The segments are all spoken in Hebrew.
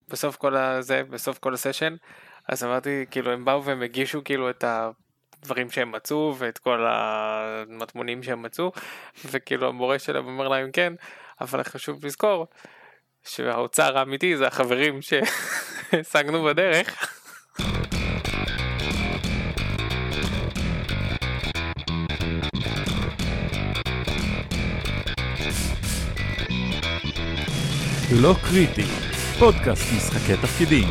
בסוף כל הסשן, אז אמרתי, כאילו, הם באו והם הגישו כאילו את הדברים שהם מצאו, ואת כל המטמונים שהם מצאו, וכאילו המורה שלהם אומר להם כן, אבל חשוב לזכור, שהאוצר האמיתי זה החברים שהשגנו בדרך. לא קריטי, פודקאסט משחקי תפקידים.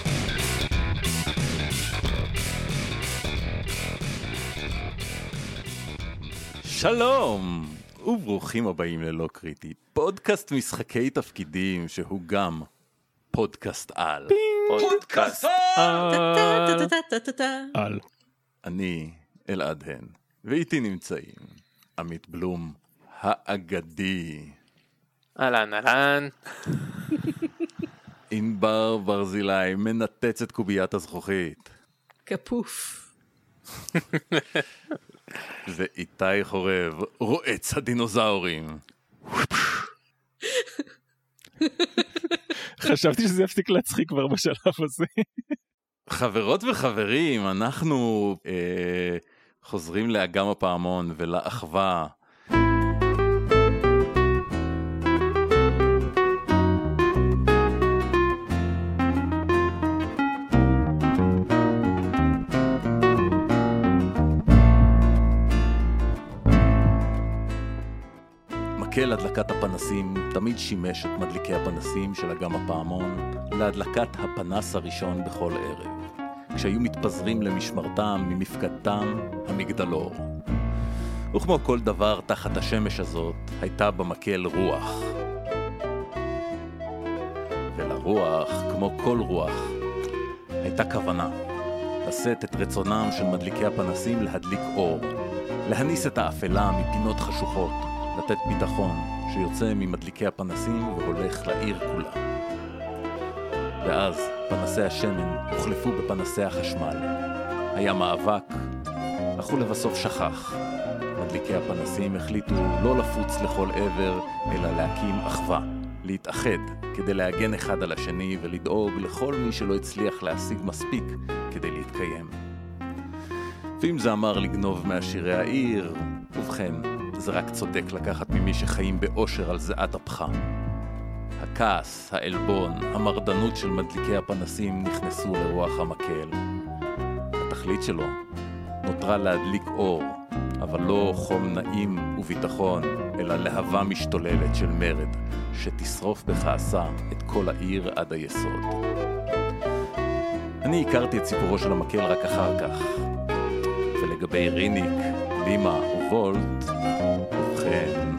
שלום, וברוכים הבאים ללא קריטי, פודקאסט משחקי תפקידים שהוא גם פודקאסט על. פודקאסט על. אני אלעד הן, ואיתי נמצאים עמית בלום האגדי. אהלן. ענבר ברזילי מנתץ את קוביית הזכוכית. כפוף. ואיתי חורב רועץ הדינוזאורים. חשבתי שזה יפסיק להצחיק כבר בשלב הזה. חברות וחברים, אנחנו חוזרים לאגם הפעמון ולאחווה. מקל הדלקת הפנסים תמיד שימש את מדליקי הפנסים של אגם הפעמון להדלקת הפנס הראשון בכל ערב, כשהיו מתפזרים למשמרתם ממפקדתם המגדלור. וכמו כל דבר תחת השמש הזאת, הייתה במקל רוח. ולרוח, כמו כל רוח, הייתה כוונה לשאת את רצונם של מדליקי הפנסים להדליק אור, להניס את האפלה מפינות חשוכות, לתת ביטחון שיוצא ממדליקי הפנסים והולך לעיר כולה. ואז פנסי השמן הוחלפו בפנסי החשמל. היה מאבק, אך הוא לבסוף שכח. מדליקי הפנסים החליטו לא לפוץ לכל עבר, אלא להקים אחווה, להתאחד כדי להגן אחד על השני ולדאוג לכל מי שלא הצליח להשיג מספיק כדי להתקיים. ואם זה אמר לגנוב מעשירי העיר, ובכן, זה רק צודק לקחת ממי שחיים באושר על זיעת אפך. הכעס, העלבון, המרדנות של מדליקי הפנסים נכנסו לרוח המקל. התכלית שלו נותרה להדליק אור, אבל לא חום נעים וביטחון, אלא להבה משתוללת של מרד, שתשרוף בכעסה את כל העיר עד היסוד. אני הכרתי את סיפורו של המקל רק אחר כך. ולגבי ריניק, לימה ווולט, ובכן...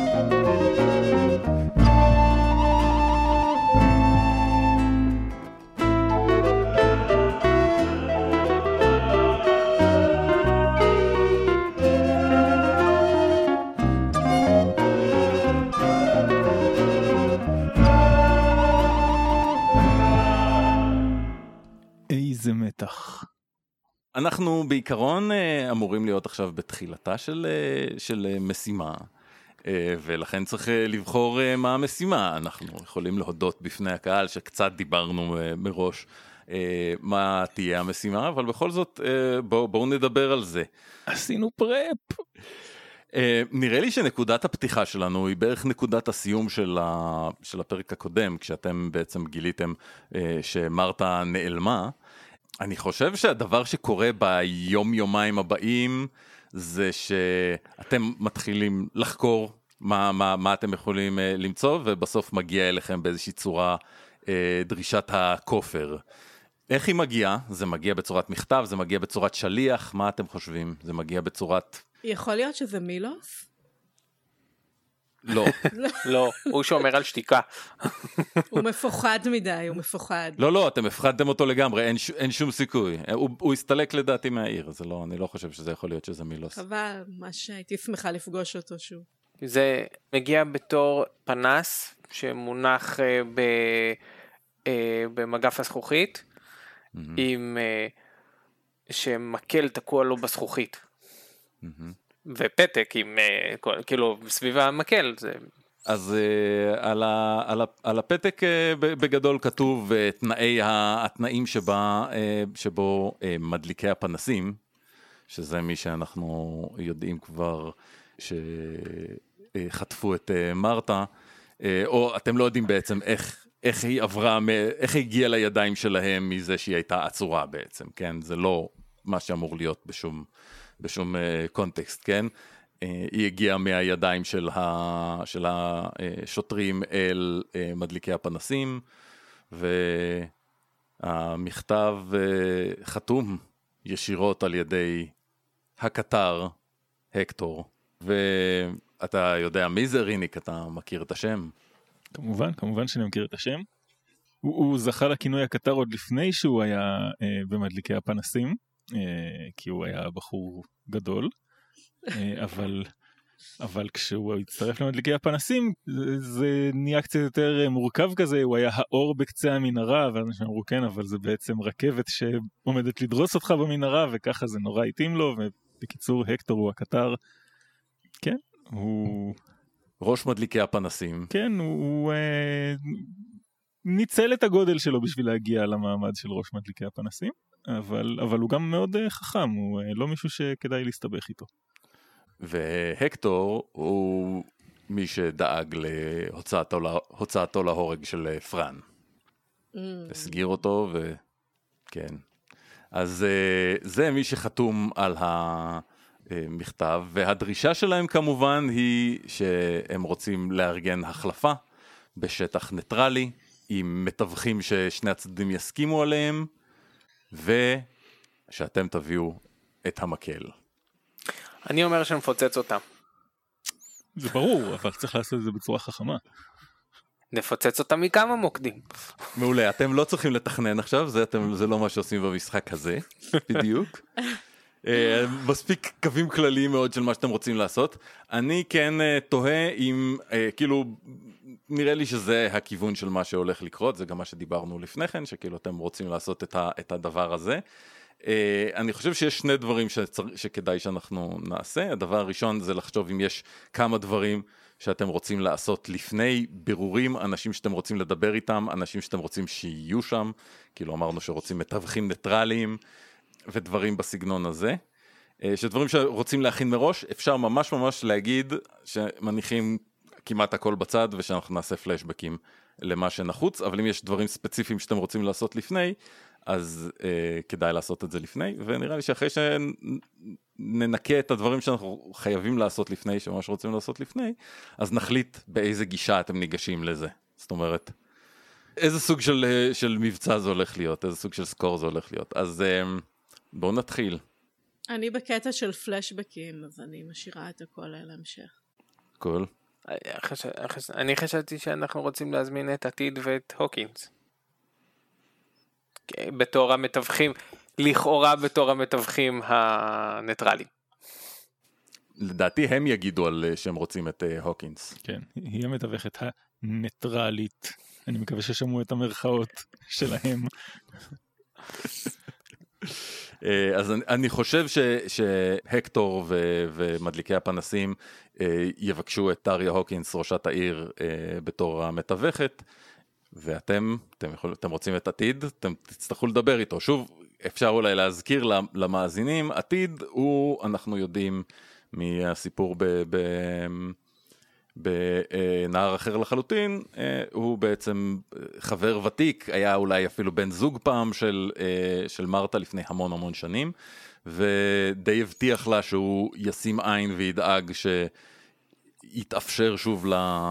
איזה מתח. אנחנו בעיקרון אמורים להיות עכשיו בתחילתה של משימה, ולכן צריך לבחור מה המשימה. אנחנו יכולים להודות בפני הקהל שקצת דיברנו מראש מה תהיה המשימה, אבל בכל זאת בואו נדבר על זה. עשינו פרפ. נראה לי שנקודת הפתיחה שלנו היא בערך נקודת הסיום של הפרק הקודם, כשאתם בעצם גיליתם שמרתה נעלמה. אני חושב שהדבר שקורה ביום-יומיים הבאים זה שאתם מתחילים לחקור מה אתם יכולים למצוא, ובסוף מגיע אליכם באיזושהי צורה דרישת הכופר. איך היא מגיעה? זה מגיע בצורת מכתב, זה מגיע בצורת שליח, מה אתם חושבים? זה מגיע בצורת... יכול להיות שזה מילוס? לא. לא, הוא שומר על שתיקה. הוא מפוחד מדי, הוא מפוחד. לא, אתם הפחדתם אותו לגמרי, אין שום סיכוי. הוא הסתלק לדעתי מהעיר, אני לא חושב שזה יכול להיות שזה מילוס. חבל, מה שהייתי שמחה לפגוש אותו שוב. זה מגיע בתור פנס שמונח במגף הזכוכית, עם שמקל תקוע לו בזכוכית. ופתק עם, כאילו, סביב המקל, זה אז על הפתק בגדול כתוב התנאים שבו מדליקי הפנסים, שזה מי שאנחנו יודעים כבר שחטפו את מרתה, או אתם לא יודעים בעצם איך היא עברה, איך היא הגיעה לידיים שלהם מזה שהיא הייתה עצורה בעצם, כן? זה לא מה שאמור להיות בשום קונטקסט, כן? היא הגיעה מהידיים של השוטרים אל מדליקי הפנסים, והמכתב חתום ישירות על ידי הקטר, הקטור. ואתה יודע מי זה, ריניק? אתה מכיר את השם? כמובן שאני מכיר את השם. הוא זכה לכינוי הקטר עוד לפני שהוא היה במדליקי הפנסים, כי הוא היה בחור גדול. אבל כשהוא הצטרף למדליקי הפנסים, זה נהיה קצת יותר מורכב כזה, הוא היה האור בקצה המנהרה, ואנשים אמרו כן, אבל זה בעצם רכבת שעומדת לדרוס אותך במנהרה, וככה זה נורא התאים לו, ובקיצור, הקטור הוא הקטר. כן, הוא... ראש מדליקי הפנסים. כן, הוא ניצל את הגודל שלו בשביל להגיע למעמד של ראש מדליקי הפנסים, אבל הוא גם מאוד חכם, הוא לא מישהו שכדאי להסתבך איתו. והקטור הוא מי שדאג להוצאתו להורג של פרן. הסגיר אותו וכן. אז זה מי שחתום על המכתב, והדרישה שלהם כמובן היא שהם רוצים לארגן החלפה בשטח ניטרלי, עם מתווכים ששני הצדדים יסכימו עליהם, ושאתם תביאו את המקל. אני אומר שנפוצץ אותם. זה ברור, אבל צריך לעשות את זה בצורה חכמה. נפוצץ אותם מכמה מוקדים. מעולה, אתם לא צריכים לתכנן עכשיו, זה לא מה שעושים במשחק הזה, בדיוק. מספיק קווים כלליים מאוד של מה שאתם רוצים לעשות. אני כן תוהה אם, כאילו, נראה לי שזה הכיוון של מה שהולך לקרות, זה גם מה שדיברנו לפני כן, שכאילו אתם רוצים לעשות את הדבר הזה. אני חושב שיש שני דברים שכדאי שאנחנו נעשה. הדבר הראשון זה לחשוב אם יש כמה דברים שאתם רוצים לעשות לפני בירורים, אנשים שאתם רוצים לדבר איתם, אנשים שאתם רוצים שיהיו שם, כאילו אמרנו שרוצים מתווכים ניטרליים ודברים בסגנון הזה. שדברים שרוצים להכין מראש, אפשר ממש להגיד שמניחים כמעט הכל בצד ושאנחנו נעשה פלשבקים למה שנחוץ, אבל אם יש דברים ספציפיים שאתם רוצים לעשות לפני, אז כדאי לעשות את זה לפני, ונראה לי שאחרי שננקה את הדברים שאנחנו חייבים לעשות לפני, שממש רוצים לעשות לפני, אז נחליט באיזה גישה אתם ניגשים לזה. זאת אומרת, איזה סוג של מבצע זה הולך להיות, איזה סוג של סקור זה הולך להיות. אז בואו נתחיל. אני בקטע של פלשבקים, אז אני משאירה את הכל להמשך. קול. אני חשבתי שאנחנו רוצים להזמין את עתיד ואת הוקינס. בתור המתווכים, לכאורה בתור המתווכים הניטרליים. לדעתי הם יגידו על שהם רוצים את הוקינס. כן, היא המתווכת הניטרלית. אני מקווה ששמעו את המרכאות שלהם. אז אני חושב שהקטור ומדליקי הפנסים יבקשו את טריה הוקינס, ראשת העיר, בתור המתווכת, ואתם רוצים את עתיד, אתם תצטרכו לדבר איתו. שוב, אפשר אולי להזכיר למאזינים, עתיד הוא, אנחנו יודעים מהסיפור בנער אחר לחלוטין, הוא בעצם חבר ותיק, היה אולי אפילו בן זוג פעם של מרתה לפני המון שנים, ודי הבטיח לה שהוא ישים עין וידאג שיתאפשר שוב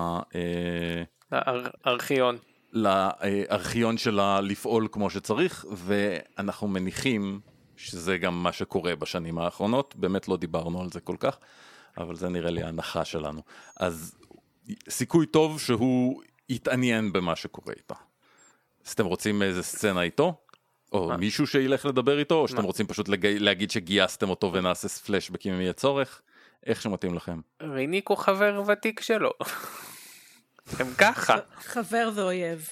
לארכיון שלה לפעול כמו שצריך, ואנחנו מניחים שזה גם מה שקורה בשנים האחרונות, באמת לא דיברנו על זה כל כך, אבל זה נראה לי ההנחה שלנו. אז סיכוי טוב שהוא יתעניין במה שקורה איתה. אז אתם רוצים איזה סצנה איתו? או מישהו שילך לדבר איתו? או שאתם רוצים פשוט להגיד שגייסתם אותו ונעשה פלשבקים אם יהיה צורך? איך שמתאים לכם? ריניק הוא חבר ותיק שלו. הם ככה. חבר ואויב.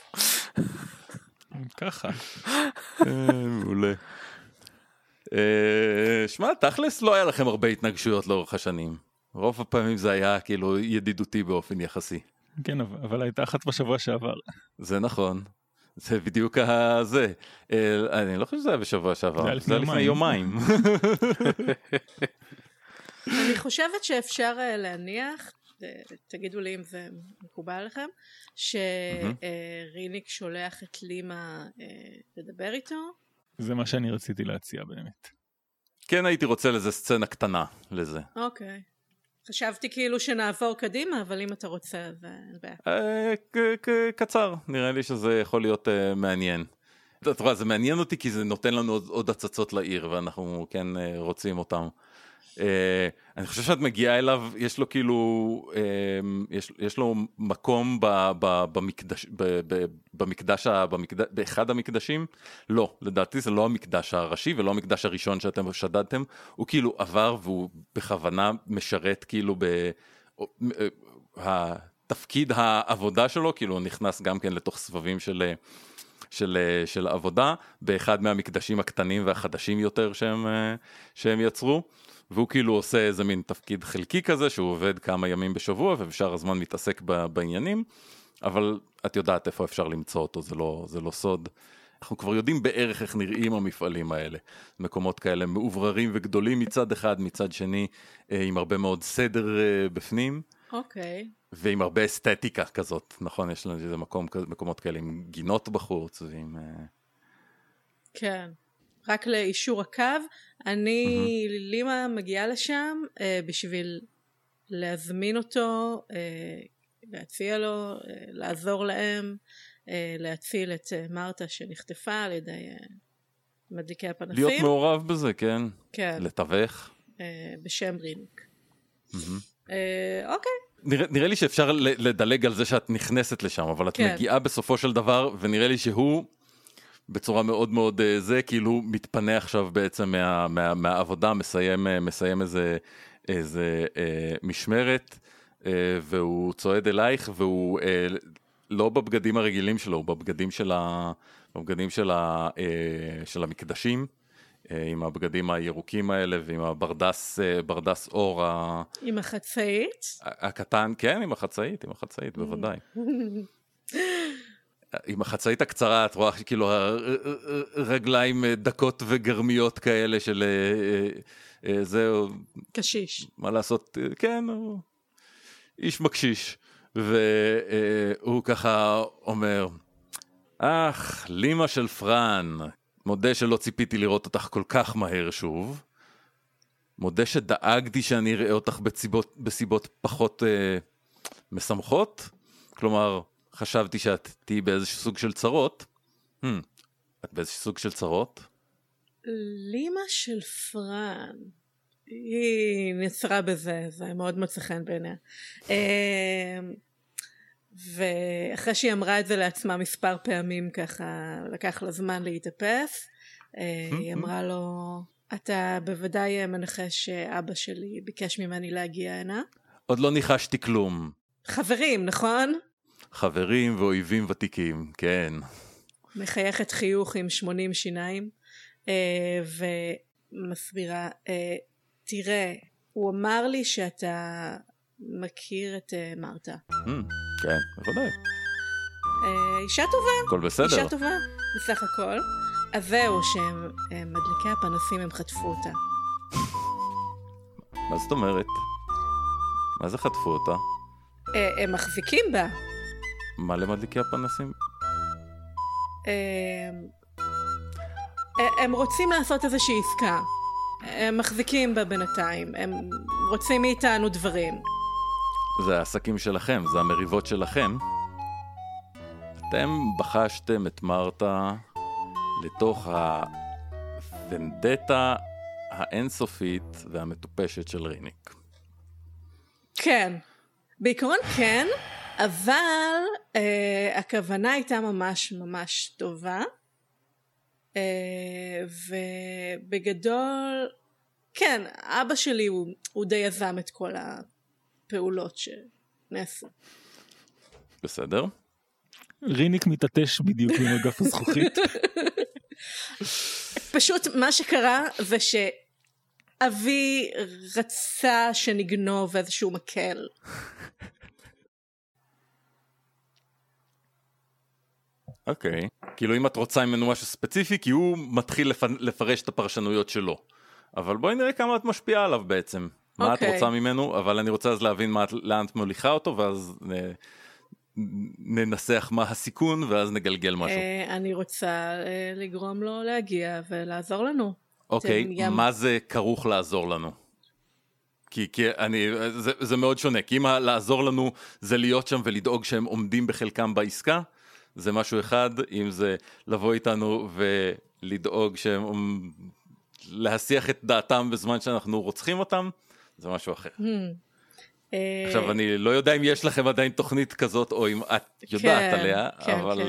ככה. מעולה. שמע, תכלס לא היה לכם הרבה התנגשויות לאורך השנים. רוב הפעמים זה היה כאילו ידידותי באופן יחסי. כן, אבל הייתה אחת בשבוע שעבר. זה נכון. זה בדיוק זה. אני לא חושב שזה היה בשבוע שעבר. זה היה לפני יומיים. אני חושבת שאפשר להניח, תגידו לי אם זה מקובל עליכם, שריניק שולח את לימה לדבר איתו. זה מה שאני רציתי להציע באמת. כן, הייתי רוצה לזה סצנה קטנה לזה. אוקיי. חשבתי כאילו שנעבור קדימה, אבל אם אתה רוצה, אז אין בעיה. קצר, נראה לי שזה יכול להיות מעניין. אתה רואה, זה מעניין אותי כי זה נותן לנו עוד הצצות לעיר, ואנחנו כן רוצים אותם. אני חושב שאת מגיעה אליו, יש לו כאילו, יש לו מקום במקדש, באחד המקדשים. לא, לדעתי זה לא המקדש הראשי ולא המקדש הראשון שאתם שדדתם, הוא כאילו עבר והוא בכוונה משרת כאילו התפקיד העבודה שלו, כאילו הוא נכנס גם כן לתוך סבבים של עבודה באחד מהמקדשים הקטנים והחדשים יותר שהם יצרו. והוא כאילו עושה איזה מין תפקיד חלקי כזה, שהוא עובד כמה ימים בשבוע, ובשאר הזמן מתעסק בעניינים, אבל את יודעת איפה אפשר למצוא אותו, זה לא סוד. אנחנו כבר יודעים בערך איך נראים המפעלים האלה. מקומות כאלה מעובררים וגדולים מצד אחד, מצד שני, עם הרבה מאוד סדר בפנים. אוקיי. ועם הרבה אסתטיקה כזאת, נכון? יש לנו איזה מקומות כאלה עם גינות בחוץ, ועם... כן. רק לאישור הקו, אני לימה מגיעה לשם בשביל להזמין אותו, להציע לו, לעזור להם, להציל את מרתה שנחטפה על ידי מדליקי הפנסים. להיות מעורב בזה, כן? כן. לתווך. בשם ריניק. אוקיי. נראה לי שאפשר לדלג על זה שאת נכנסת לשם, אבל את מגיעה בסופו של דבר, ונראה לי שהוא... בצורה מאוד מאוד זה, כאילו מתפנה עכשיו בעצם מהעבודה, מסיים איזה משמרת, והוא צועד אלייך, והוא לא בבגדים הרגילים שלו, הוא בבגדים של המקדשים, עם הבגדים הירוקים האלה, ועם הברדס אור. עם החצאית? הקטן, כן, עם החצאית, בוודאי. עם החצאית הקצרה, את רואה כאילו הרגליים דקות וגרמיות כאלה של זהו. קשיש. מה לעשות, כן, הוא איש מקשיש. והוא ככה אומר, לימה של פרן, מודה שלא ציפיתי לראות אותך כל כך מהר שוב. מודה שדאגתי שאני אראה אותך בסיבות פחות משמחות. כלומר, חשבתי שאת תהיי באיזשהו סוג של צרות. את באיזשהו סוג של צרות? לימה של פרן. היא נצרה בזה, זה מאוד מוצא חן בעיניה. ואחרי שהיא אמרה את זה לעצמה מספר פעמים, ככה לקח לה זמן להתאפס. היא אמרה לו, אתה בוודאי מנחש שאבא שלי ביקש ממני להגיע הנה? עוד לא ניחשתי כלום. חברים, נכון? חברים ואויבים ותיקים, כן. מחייכת חיוך עם 80 שיניים, ומסבירה, תראה, הוא אמר לי שאתה מכיר את מרתה. כן, בוודאי. אישה טובה. הכל בסדר. אישה טובה, בסך הכל. אז זהו, שהם מדליקי הפנסים, הם חטפו אותה. מה זאת אומרת? מה זה חטפו אותה? הם מחזיקים בה. מה למדליקי הפנסים? הם רוצים לעשות איזושהי עסקה. הם מחזיקים בה בינתיים. הם רוצים מאיתנו דברים. זה העסקים שלכם, זה המריבות שלכם. אתם בחשתם את מרתה לתוך הוונדטה האינסופית והמטופשת של ריניק. כן. בעיקרון כן, אבל הכוונה הייתה ממש ממש טובה, ובגדול כן, אבא שלי הוא די יזם את כל הפעולות שנעשו. בסדר. ריניק מתעטש בדיוק עם אגף הזכוכית. פשוט מה שקרה זה שאבי רצה שנגנוב איזשהו מקל. אוקיי. כאילו אם את רוצה ממנו משהו ספציפי, כי הוא מתחיל לפרש את הפרשנויות שלו. אבל בואי נראה כמה את משפיעה עליו בעצם. מה את רוצה ממנו, אבל אני רוצה אז להבין לאן את מוליכה אותו, ואז ננסח מה הסיכון, ואז נגלגל משהו. אני רוצה לגרום לו להגיע ולעזור לנו. אוקיי, מה זה כרוך לעזור לנו? כי זה מאוד שונה, כי אם לעזור לנו זה להיות שם ולדאוג שהם עומדים בחלקם בעסקה, זה משהו אחד, אם זה לבוא איתנו ולדאוג שהם להסיח את דעתם בזמן שאנחנו רוצחים אותם, זה משהו אחר. עכשיו אני לא יודע אם יש לכם עדיין תוכנית כזאת, או אם את יודעת עליה, אבל...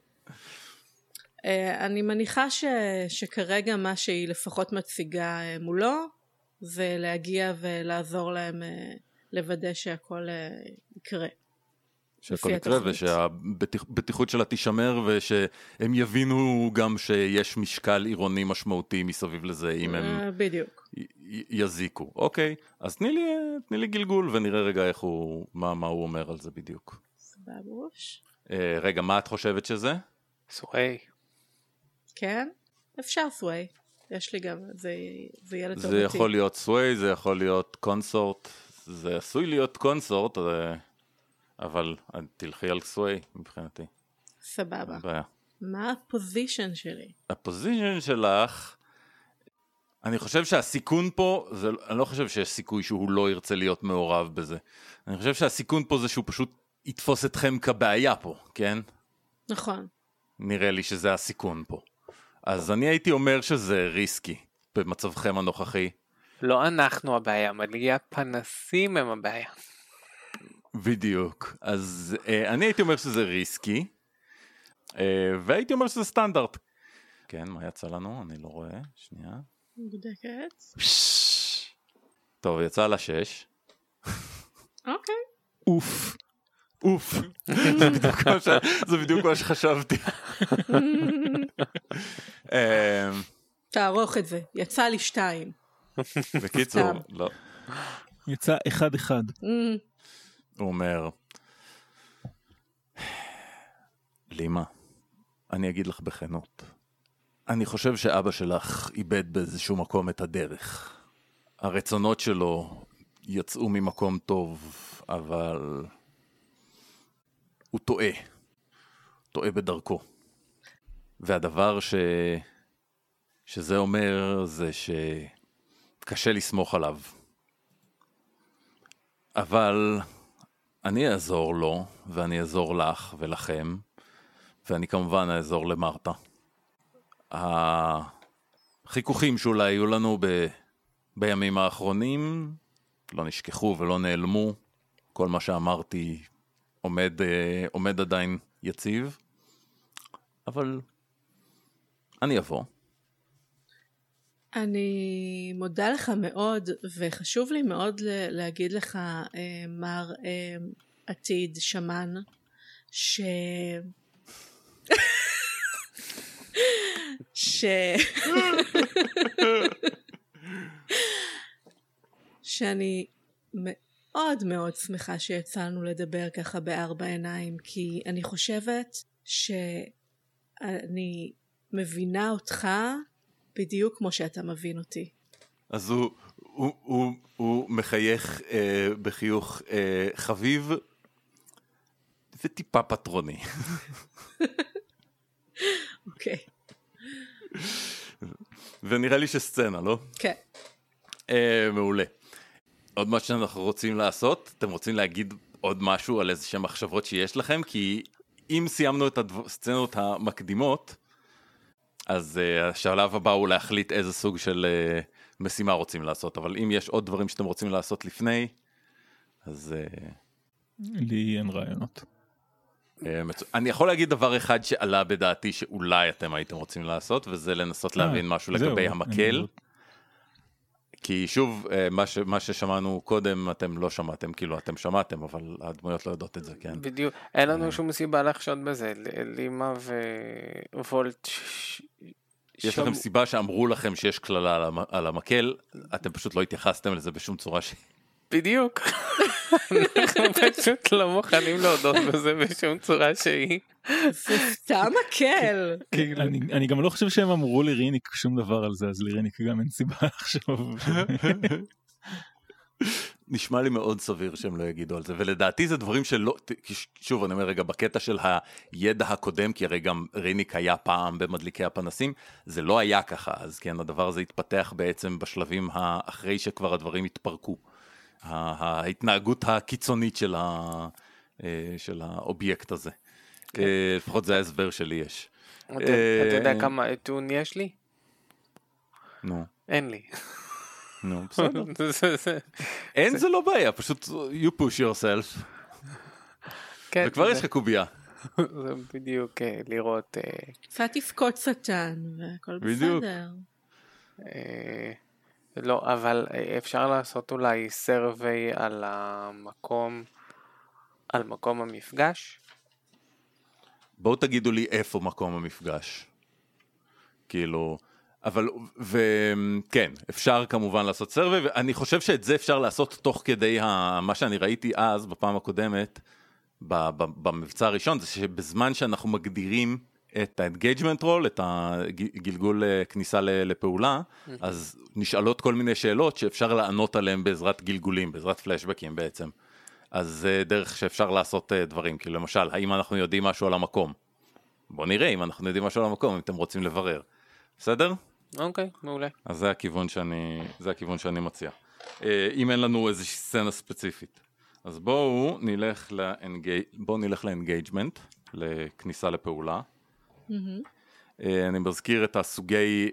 אני מניחה שכרגע מה שהיא לפחות מציגה מולו, זה להגיע ולעזור להם לוודא שהכל יקרה. שהכל יקרה ושהבטיחות שלה תישמר ושהם יבינו גם שיש משקל עירוני משמעותי מסביב לזה אם הם בדיוק יזיקו. אוקיי, אז תני לי גלגול ונראה רגע איך מה הוא אומר על זה בדיוק. סבבוש. רגע, מה את חושבת שזה? סווי. כן? אפשר סווי. יש לי גם, זה יהיה לטובתי. זה יכול להיות סווי, זה יכול להיות קונסורט, זה עשוי להיות קונסורט, אבל תלכי על סווי מבחינתי. סבבה. מה הפוזישן שלי? הפוזישן שלך, אני חושב שהסיכון פה, אני לא חושב שיש סיכוי שהוא לא ירצה להיות מעורב בזה. אני חושב שהסיכון פה זה שהוא פשוט יתפוס אתכם כבעיה פה, כן? נכון. נראה לי שזה הסיכון פה. אז אני הייתי אומר שזה ריסקי במצבכם הנוכחי. לא אנחנו הבעיה, מדליגי הפנסים הם הבעיה. בדיוק. אז אני הייתי אומר שזה ריסקי, והייתי אומר שזה סטנדרט. כן, מה יצא לנו? אני לא רואה. שנייה. בודקת. טוב, יצא לה 6. אוקיי. אוף. אוף. זה בדיוק מה שחשבתי. תערוך את זה. יצא לי 2. בקיצור, לא. יצא 1-1. הוא אומר, לימה, אני אגיד לך בכנות. אני חושב שאבא שלך איבד באיזשהו מקום את הדרך. הרצונות שלו יצאו ממקום טוב, אבל הוא טועה. טועה בדרכו. והדבר שזה אומר זה שקשה לסמוך עליו. אבל אני אעזור לו, ואני אעזור לך ולכם, ואני כמובן אעזור למרתה. החיכוכים שאולי היו לנו בימים האחרונים לא נשכחו ולא נעלמו. כל מה שאמרתי עומד עדיין יציב, אבל אני אבוא. אני מודה לך מאוד, וחשוב לי מאוד להגיד לך, מר עתיד שמן, שאני מאוד מאוד שמחה שיצאנו לדבר ככה בארבע עיניים, כי אני חושבת שאני מבינה אותך בדיוק כמו שאתה מבין אותי. אז הוא מחייך בחיוך חביב וטיפה פטרוני. אוקיי. ונראה לי שסצנה, לא? כן. מעולה. עוד מה שאנחנו רוצים לעשות, אתם רוצים להגיד עוד משהו על איזה שהם מחשבות שיש לכם? כי אם סיימנו את הסצנות המקדימות, אז השלב הבא הוא להחליט איזה סוג של משימה רוצים לעשות, אבל אם יש עוד דברים שאתם רוצים לעשות לפני, אז... לי אין רעיונות. אני יכול להגיד דבר אחד שעלה בדעתי שאולי אתם הייתם רוצים לעשות, וזה לנסות להבין משהו לגבי המקל. כי שוב, מה ששמענו קודם, אתם לא שמעתם, כאילו אתם שמעתם, אבל הדמויות לא יודעות את זה, כן? בדיוק, אין לנו שום סיבה לחשוד בזה, לימה ווולט... יש לכם סיבה שאמרו לכם שיש כללה על המקל, אתם פשוט לא התייחסתם לזה בשום צורה בדיוק. אנחנו פשוט לא מוכנים להודות בזה בשום צורה שהיא. זה סתם מקל. אני גם לא חושב שהם אמרו לריניק שום דבר על זה, אז לריניק גם אין סיבה לחשוב. נשמע לי מאוד סביר שהם לא יגידו על זה, ולדעתי זה דברים שלא, שוב אני אומר רגע, בקטע של הידע הקודם, כי הרי גם ריניק היה פעם במדליקי הפנסים, זה לא היה ככה, אז כן, הדבר הזה התפתח בעצם בשלבים אחרי שכבר הדברים התפרקו. ההתנהגות הקיצונית של האובייקט הזה. לפחות זה ההסבר שלי יש. אתה יודע כמה אתון יש לי? נו. אין לי. נו, בסדר. אין זה לא בעיה, פשוט you push yourself. וכבר יש לך קובייה. זה בדיוק לראות... קצת תפקוד שטן והכל בסדר. לא, אבל אפשר לעשות אולי סרווי על מקום המפגש? בואו תגידו לי איפה מקום המפגש. כאילו... אבל, וכן, אפשר כמובן לעשות סרווי, ואני חושב שאת זה אפשר לעשות תוך כדי מה שאני ראיתי אז, בפעם הקודמת, במבצע הראשון, זה שבזמן שאנחנו מגדירים את ה-engagement role, את הגלגול כניסה לפעולה, אז נשאלות כל מיני שאלות שאפשר לענות עליהן בעזרת גלגולים, בעזרת פלשבקים בעצם. אז זה דרך שאפשר לעשות דברים, כאילו למשל, האם אנחנו יודעים משהו על המקום? בוא נראה אם אנחנו יודעים משהו על המקום, אם אתם רוצים לברר. בסדר? אוקיי, מעולה. אז זה הכיוון שאני מציע. אם אין לנו איזושהי סצנה ספציפית. אז בואו נלך לאנגייג'מנט, לכניסה לפעולה. אני מזכיר את הסוגי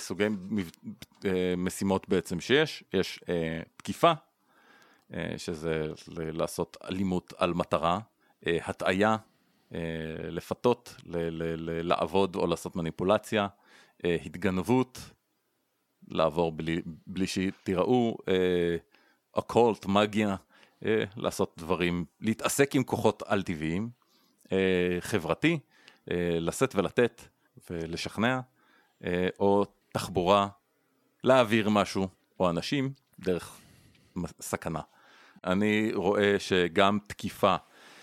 משימות בעצם שיש. יש תקיפה, שזה לעשות אלימות על מטרה, הטעיה, לפתות, לעבוד או לעשות מניפולציה, התגנבות, לעבור בלי שתיראו, אקולט, מגיה, לעשות דברים, להתעסק עם כוחות על טבעיים, חברתי, לשאת ולתת ולשכנע, או תחבורה, להעביר משהו, או אנשים, דרך סכנה. אני רואה שגם תקיפה,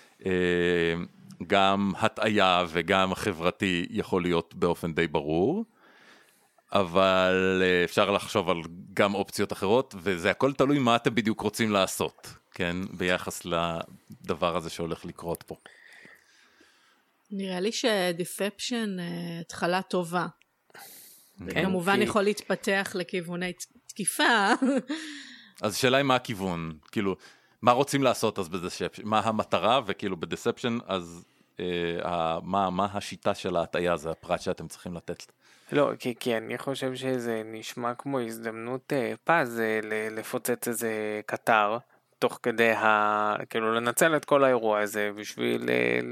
גם הטעיה וגם חברתי יכול להיות באופן די ברור, אבל אפשר לחשוב על גם אופציות אחרות, וזה הכל תלוי מה אתם בדיוק רוצים לעשות, כן, ביחס לדבר הזה שהולך לקרות פה. נראה לי שדיספשן התחלה טובה. וכמובן יכול להתפתח לכיווני תקיפה. אז השאלה היא מה הכיוון, כאילו, מה רוצים לעשות אז בדיספשן, מה המטרה, וכאילו בדיספשן, אז מה השיטה של ההטעיה, זה הפרט שאתם צריכים לתת. לא, כי אני חושב שזה נשמע כמו הזדמנות פז לפוצץ איזה קטר, תוך כדי כאילו לנצל את כל האירוע הזה בשביל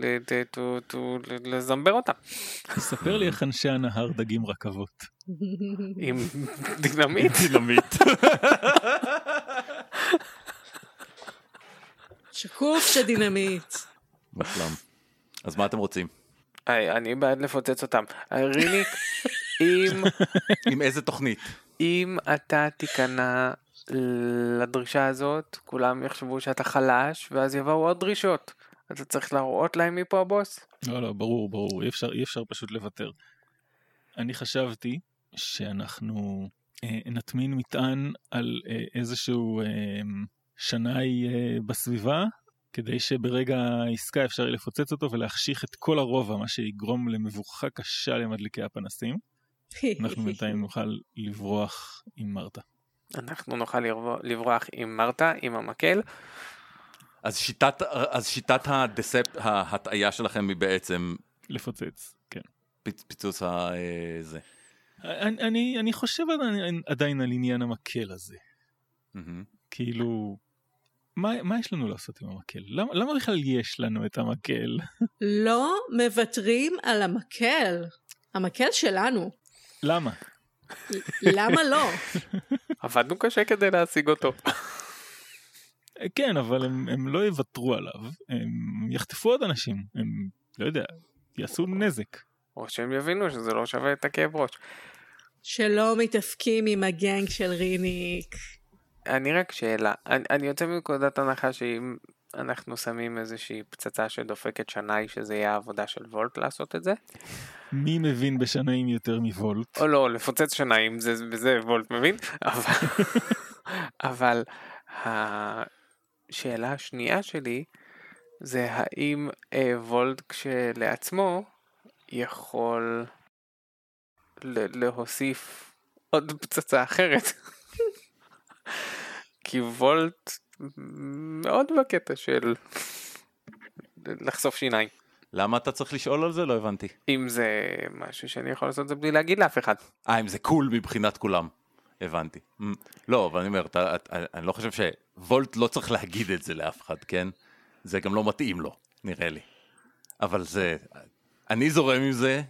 לזמבר אותם. תספר לי איך אנשי הנהר דגים רכבות. עם דינמיט? דינמיט. שקוף שדינמיט. בשלם. אז מה אתם רוצים? אני בעד לפוצץ אותם. ריניק, עם איזה תוכנית? אם אתה תיכנע לדרישה הזאת, כולם יחשבו שאתה חלש, ואז יבואו עוד דרישות. אתה צריך להראות להם מי פה הבוס? לא, ברור. אי אפשר פשוט לוותר. אני חשבתי שאנחנו נטמין מטען על איזשהו שנאי בסביבה, כדי שברגע העסקה אפשר לפוצץ אותו ולהחשיך את כל הרובע, מה שיגרום למבוכה קשה למדליקי הפנסים. אנחנו בינתיים נוכל לברוח עם מרתה. אנחנו נוכל לברוח עם מרתה, עם המקל. אז שיטת ההטעיה שלכם היא בעצם... לפוצץ, כן. פיצוץ זה. אני חושב עדיין על עניין המקל הזה. כאילו... מה יש לנו לעשות עם המקל? למה בכלל יש לנו את המקל? לא מוותרים על המקל. המקל שלנו. למה? למה לא? עבדנו קשה כדי להשיג אותו. כן, אבל הם לא יוותרו עליו. הם יחטפו עוד אנשים. הם, לא יודע, יעשו נזק. או שהם יבינו שזה לא שווה את הכאב ראש. שלא מתאפקים עם הגנג של ריניק. אני רק שאלה, אני יוצא מנקודת הנחה שאם אנחנו שמים איזושהי פצצה שדופקת שנאי, שזה יהיה העבודה של וולט לעשות את זה? מי מבין בשנאים יותר מוולט? או לא, לפוצץ שנאים, בזה וולט מבין, אבל השאלה השנייה שלי, זה האם וולט כשלעצמו יכול להוסיף עוד פצצה אחרת. כי וולט מאוד בקטע של לחשוף שיניים. למה אתה צריך לשאול על זה? לא הבנתי. אם זה משהו שאני יכול לעשות זה בלי להגיד לאף אחד. אם זה קול מבחינת כולם. הבנתי. לא, אבל אני אומר, אני לא חושב שוולט לא צריך להגיד את זה לאף אחד, כן? זה גם לא מתאים לו, נראה לי. אבל זה, אני זורם עם זה.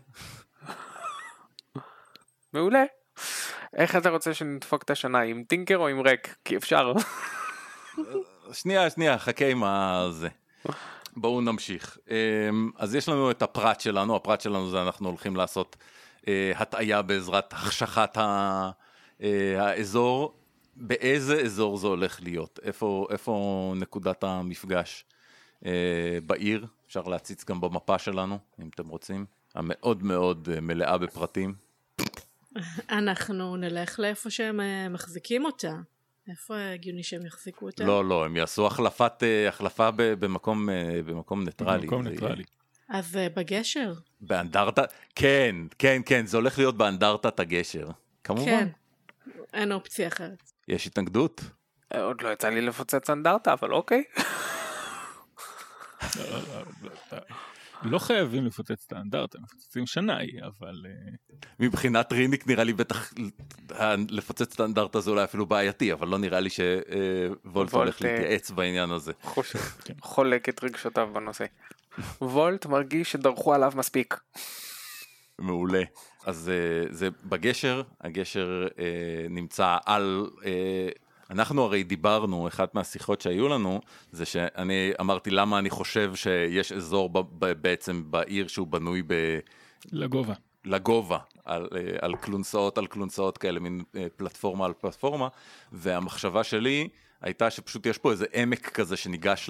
מעולה. איך אתה רוצה שנדפוק את השנה, עם טינקר או עם רק? כי אפשר. שנייה, חכה עם זה. בואו נמשיך. אז יש לנו את הפרט שלנו, הפרט שלנו זה אנחנו הולכים לעשות הטעיה בעזרת החשכת האזור. באיזה אזור זה הולך להיות? איפה נקודת המפגש בעיר? אפשר להציץ גם במפה שלנו, אם אתם רוצים. המאוד מאוד מלאה בפרטים. אנחנו נלך לאיפה שהם מחזיקים אותה. איפה הגיוני שהם יחזיקו אותה? לא, הם יעשו החלפה במקום ניטרלי. במקום ניטרלי. אז בגשר? באנדרטה? כן, זה הולך להיות באנדרטת הגשר. כמובן. כן, אין אופציה אחרת. יש התנגדות? עוד לא יצא לי לפוצץ אנדרטה, אבל אוקיי. לא חייבים לפוצץ את האנדרטה, מפוצצים שנאי, אבל... מבחינת ריניק נראה לי בטח לפוצץ את האנדרטה זה אולי אפילו בעייתי, אבל לא נראה לי שוולט הולך להתייעץ בעניין הזה. חולק את רגשותיו בנושא. וולט מרגיש שדרכו עליו מספיק. מעולה. אז זה בגשר, הגשר נמצא על... אנחנו הרי דיברנו, אחת מהשיחות שהיו לנו, זה שאני אמרתי למה אני חושב שיש אזור בעצם בעיר שהוא בנוי לגובה, על קלונסאות כאלה, מין פלטפורמה על פלטפורמה, והמחשבה שלי הייתה שפשוט יש פה איזה עמק כזה שניגש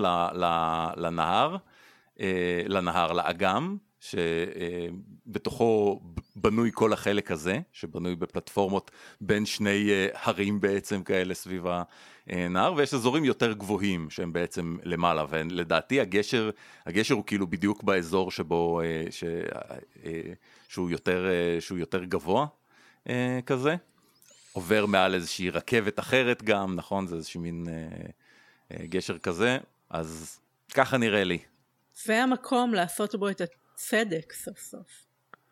לאגם, שבתוכו בנוי כל החלק הזה, שבנוי בפלטפורמות בין שני הרים בעצם כאלה סביב הנהר, ויש אזורים יותר גבוהים שהם בעצם למעלה, ולדעתי הגשר הוא כאילו בדיוק באזור שבו, שהוא יותר גבוה כזה, עובר מעל איזושהי רכבת אחרת גם, נכון? זה איזושהי מין גשר כזה, אז ככה נראה לי. זה המקום לעשות בו את הצדק סוף סוף.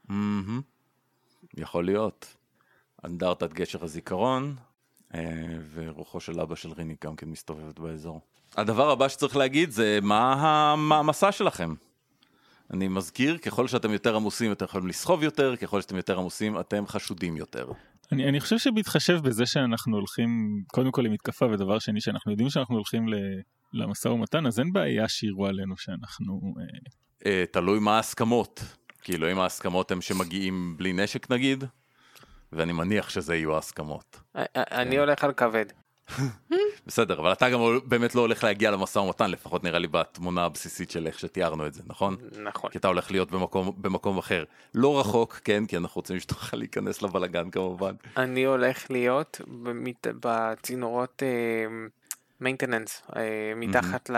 יכול להיות. אנדרטת גשר הזיכרון, ורוחו של אבא של ריניק גם כן מסתובבת באזור. הדבר הבא שצריך להגיד זה מה המסע שלכם. אני מזכיר, ככל שאתם יותר עמוסים, אתם יכולים לסחוב יותר, ככל שאתם יותר עמוסים, אתם חשודים יותר. אני חושב שבהתחשב בזה שאנחנו הולכים, קודם כל למתקפה, ודבר שני שאנחנו יודעים שאנחנו הולכים למשא ומתן, אז אין בעיה שירו עלינו שאנחנו... תלוי מה ההסכמות. כאילו, אם ההסכמות הם שמגיעים בלי נשק נגיד, ואני מניח שזה יהיו ההסכמות. אני הולך על כבד. בסדר, אבל אתה גם באמת לא הולך להגיע למשא ומתן, לפחות נראה לי בתמונה הבסיסית של איך שתיארנו את זה, נכון? נכון. כי אתה הולך להיות במקום אחר. לא רחוק, כן, כי אנחנו רוצים שתוכל להיכנס לבלגן כמובן. אני הולך להיות בצינורות maintenance, מתחת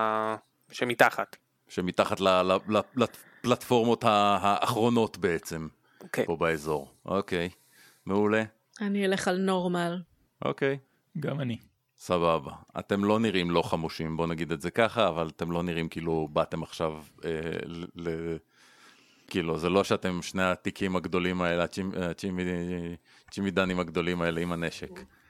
שמתחת לפלטפורמות האחרונות בעצם, פה באזור. אוקיי, מעולה. אני אלך על נורמל. אוקיי. גם אני. סבבה. אתם לא נראים לא חמושים, בוא נגיד את זה ככה, אבל אתם לא נראים כאילו באתם עכשיו, כאילו, זה לא שאתם שני התיקים הגדולים האלה, הצ'ימידנים הגדולים האלה עם הנשק.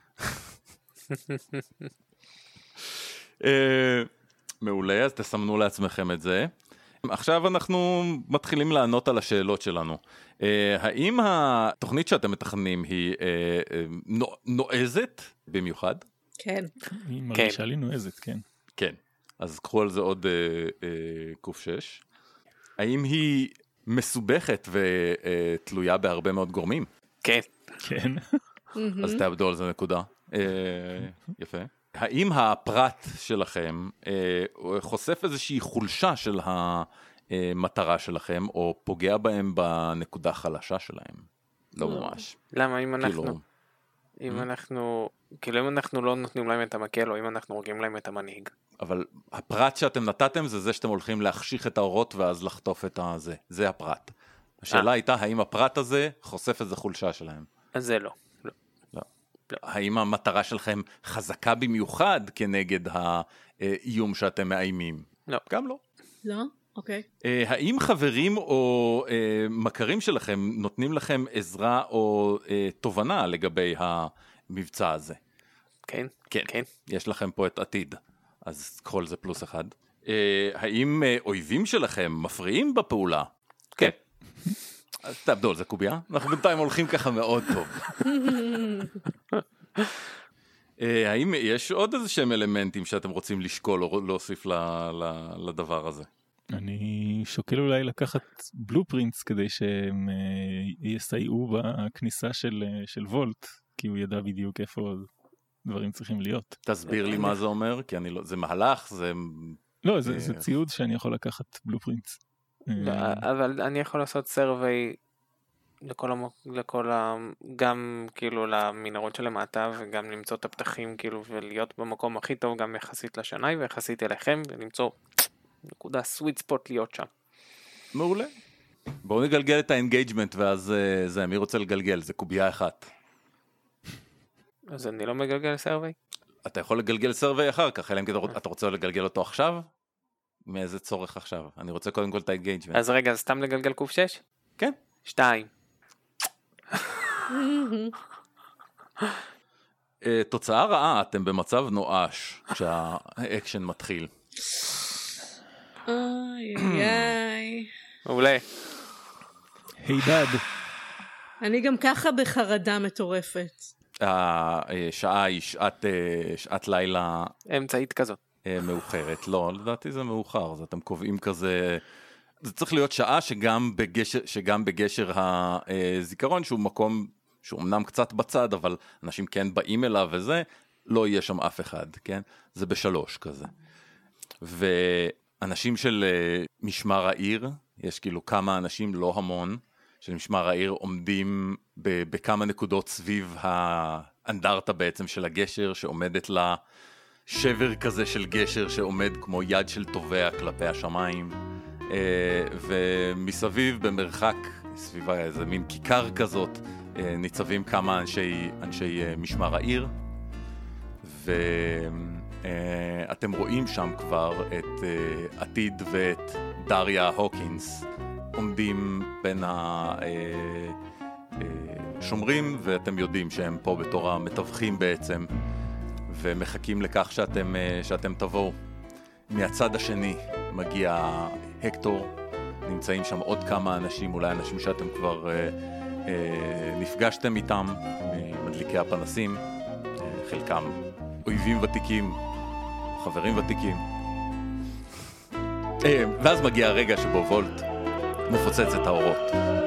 מעולה, אז תסמנו לעצמכם את זה. עכשיו אנחנו מתחילים לענות על השאלות שלנו. האם התוכנית שאתם מתכננים היא נועזת במיוחד? כן. היא מרגישה לי נועזת, כן. כן, אז קחו על זה עוד קוף 6. האם היא מסובכת ותלויה בהרבה מאוד גורמים? כן. כן. אז תאבדו על זה נקודה. יפה. האם הפרט שלכם חושף איזושהי חולשה של המטרה שלכם, או פוגע בהם בנקודה חלשה שלהם? לא ממש. למה אם אנחנו לא נותנים להם את המקל, או אם אנחנו הורגים להם את המנהיג? אבל הפרט שאתם נתתם זה שאתם הולכים להחשיך את האורות ואז לחטוף את הזה. זה הפרט. השאלה הייתה, האם הפרט הזה חושף איזו חולשה שלהם? אז זה לא. האם המטרה שלכם חזקה במיוחד כנגד האיום שאתם מאיימים? לא. גם לא. לא? אוקיי. האם חברים או מכרים שלכם נותנים לכם עזרה או תובנה לגבי המבצע הזה? כן. כן. יש לכם פה את עתיד, אז כל זה +1. האם אויבים שלכם מפריעים בפעולה? כן. אז תעבדו על זה קוביה, אנחנו בינתיים הולכים ככה מאוד טוב. האם יש עוד איזה שהם אלמנטים שאתם רוצים לשקול או להוסיף לדבר הזה? אני שוקל אולי לקחת בלופרינטס כדי שהם יסייעו בכניסה של וולט, כי הוא ידע בדיוק איפה דברים צריכים להיות. תסביר לי מה זה אומר, כי זה מהלך, זה... לא, זה ציוד שאני יכול לקחת בלופרינטס. אבל אני יכול לעשות סרווי גם כאילו למנהרות שלמטה, וגם למצוא את הפתחים כאילו, ולהיות במקום הכי טוב גם יחסית לשנאי ויחסית אליכם, ולמצוא נקודה סוויט ספוט להיות שם. מעולה. בואו נגלגל את האנגייג'מנט, ואז זה, מי רוצה לגלגל? זה קוביה אחת. אז אני לא מגלגל סרווי? אתה יכול לגלגל סרווי אחר כך, אלא אם אתה רוצה לגלגל אותו עכשיו? מאיזה צורך עכשיו? אני רוצה קודם כל את האנגייג'מנט. אז רגע, סתם לגלגל קוף 6? כן. 2. תוצאה רעה, אתם במצב נואש כשהאקשן מתחיל. איי. מעולה. הידד. אני גם ככה בחרדה מטורפת. השעה היא שעת לילה אמצעית כזאת. מאוחרת. לא, לדעתי זה מאוחר, אז אתם קובעים כזה, זה צריך להיות שעה שגם בגשר הזיכרון, שהוא מקום שהוא אמנם קצת בצד, אבל אנשים כן באים אליו וזה, לא יהיה שם אף אחד, כן? זה ב3 כזה. ואנשים של משמר העיר, יש כאילו כמה אנשים, לא המון, של משמר העיר עומדים בכמה נקודות סביב האנדרטה בעצם של הגשר, שעומדת לה שבר כזה של גשר שעומד כמו יד של תובע כלפי השמיים, ומסביב במרחק, סביבה איזה מין כיכר כזאת, ניצבים כמה אנשי משמר העיר, ואתם רואים שם כבר את עתיד ואת דריה הוקינס עומדים בין השומרים, ואתם יודעים שהם פה בתור המתווכים בעצם, ומחכים לכך שאתם תבואו. מהצד השני מגיע הקטור, נמצאים שם עוד כמה אנשים, אולי אנשים שאתם כבר נפגשתם איתם, מדליקי הפנסים, חלקם אויבים ותיקים, חברים ותיקים. ואז מגיע הרגע שבו וולט מפוצץ את האורות.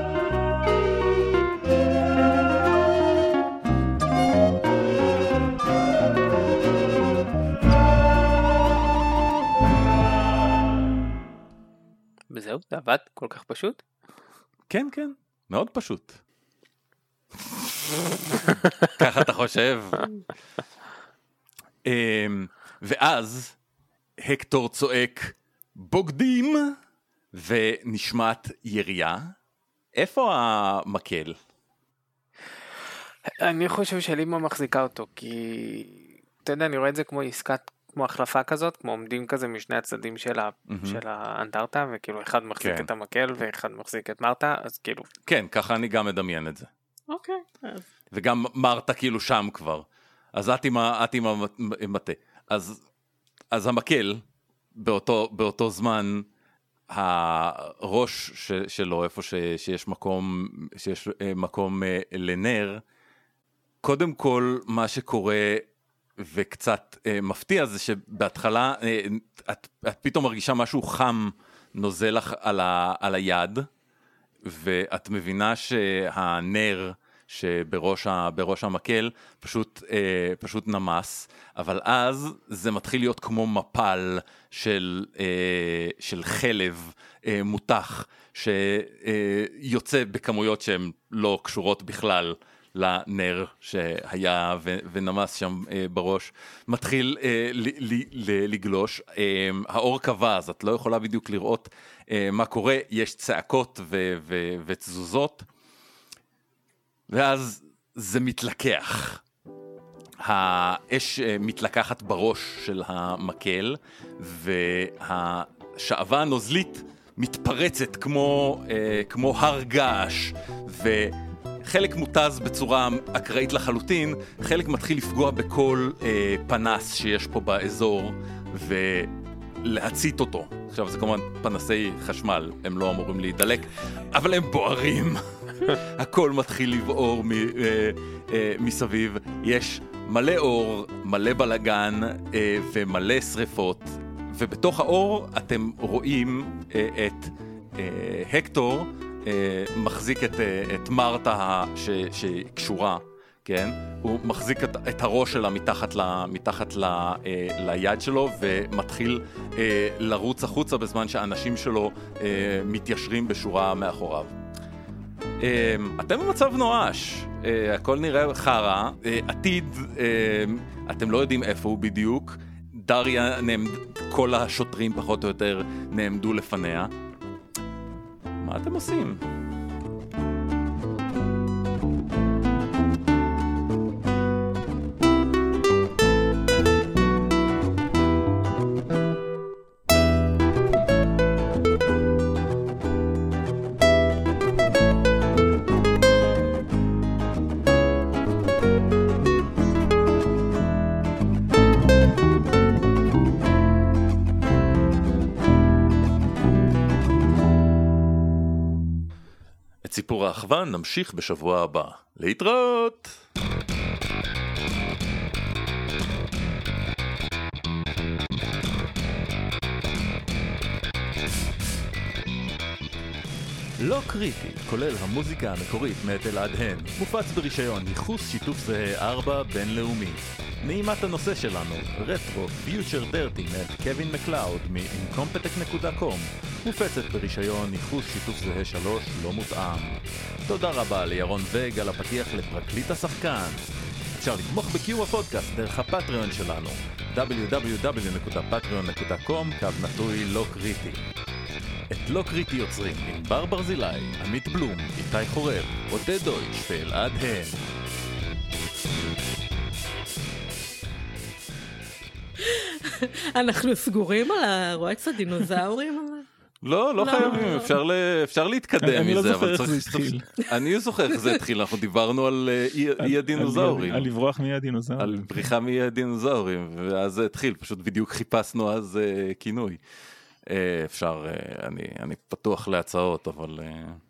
וזהו, זה עבד כל כך פשוט? כן, כן, מאוד פשוט. ככה אתה חושב. ואז הקטור צועק בוגדים, ונשמעת ירייה. איפה המקל? אני חושב שלימה מחזיקה אותו, כי אתה יודע, אני רואה את זה כמו עסקת, כמו החלפה כזאת, כמו עומדים כזה משני הצדדים של האנדרטה, וכאילו אחד מחזיק את המקל ואחד מחזיק את מרתה, אז כאילו... כן, ככה אני גם מדמיין את זה. אוקיי. וגם מרתה כאילו שם כבר. אז את עם המטה. אז המקל, באותו זמן, הראש שלו, איפה שיש מקום לנר, קודם כל מה שקורה וקצת מפתיע זה שבהתחלה את פתאום מרגישה משהו חם נוזל לך על היד, ואת מבינה שהנר שבראש המקל פשוט נמס, אבל אז זה מתחיל להיות כמו מפל של חלב מותח, שיוצא בכמויות שהן לא קשורות בכלל לנר שהיה ונמס שם בראש, מתחיל לגלוש, האור קבע, אז את לא יכולה בדיוק לראות מה קורה, יש צעקות ותזוזות, ואז זה מתלקח. האש מתלקחת בראש של המקל, והשעווה הנוזלית מתפרצת כמו הר געש, וחלק מותז בצורה אקראית לחלוטין, חלק מתחיל לפגוע בכל פנס שיש פה באזור, ולהצית אותו. עכשיו זה כמובן פנסי חשמל, הם לא אמורים להידלק, אבל הם בוערים. הכל מתחיל לבעור מסביב, יש מלא אור, מלא בלגן ומלא שריפות, ובתוך האור אתם רואים את הקטור מחזיק את מרתה שקשורה, כן? הוא מחזיק את הראש שלה מתחת ליד שלו ומתחיל לרוץ החוצה בזמן שהאנשים שלו מתיישרים בשורה מאחוריו. אתם במצב נואש, הכל נראה חרה, עתיד, אתם לא יודעים איפה הוא בדיוק, דריה, כל השוטרים פחות או יותר נעמדו לפניה. מה אתם עושים? את סיפור האחווה נמשיך בשבוע הבא. להתראות! לא קריטי, כולל המוזיקה המקורית מאת אלעד הן, מופץ ברישיון ייחוס שיתוף זהה 4 בינלאומי. נעימת הנושא שלנו, רטרו פיוטר דרטי מאת קווין מקלאוד מ-incompetech.com, מופצת ברישיון ייחוס שיתוף זהה 3 לא מותאם. תודה רבה לירון וג על הפתיח לפרקליט השחקן. אפשר לתמוך בקיום הפודקאסט דרך הפטריון שלנו, www.patreon.com/לא קריטי. את לא קריטי יוצרים עם בר ברזילי, עמית בלום, איתי חורב, עודד דויטש ואלעד הן. אנחנו סגורים על הרועץ הדינוזאורים? לא חייבים, אפשר להתקדם אני לא מזה, זוכר אבל איך זה התחיל. אני זוכר איך זה התחיל, אנחנו דיברנו על אי הדינוזאורים. על לברוח מאי הדינוזאורים. על בריחה מאי הדינוזאורים, ואז זה התחיל, פשוט בדיוק חיפשנו אז כינוי. אפשר, אני פתוח להצעות, אבל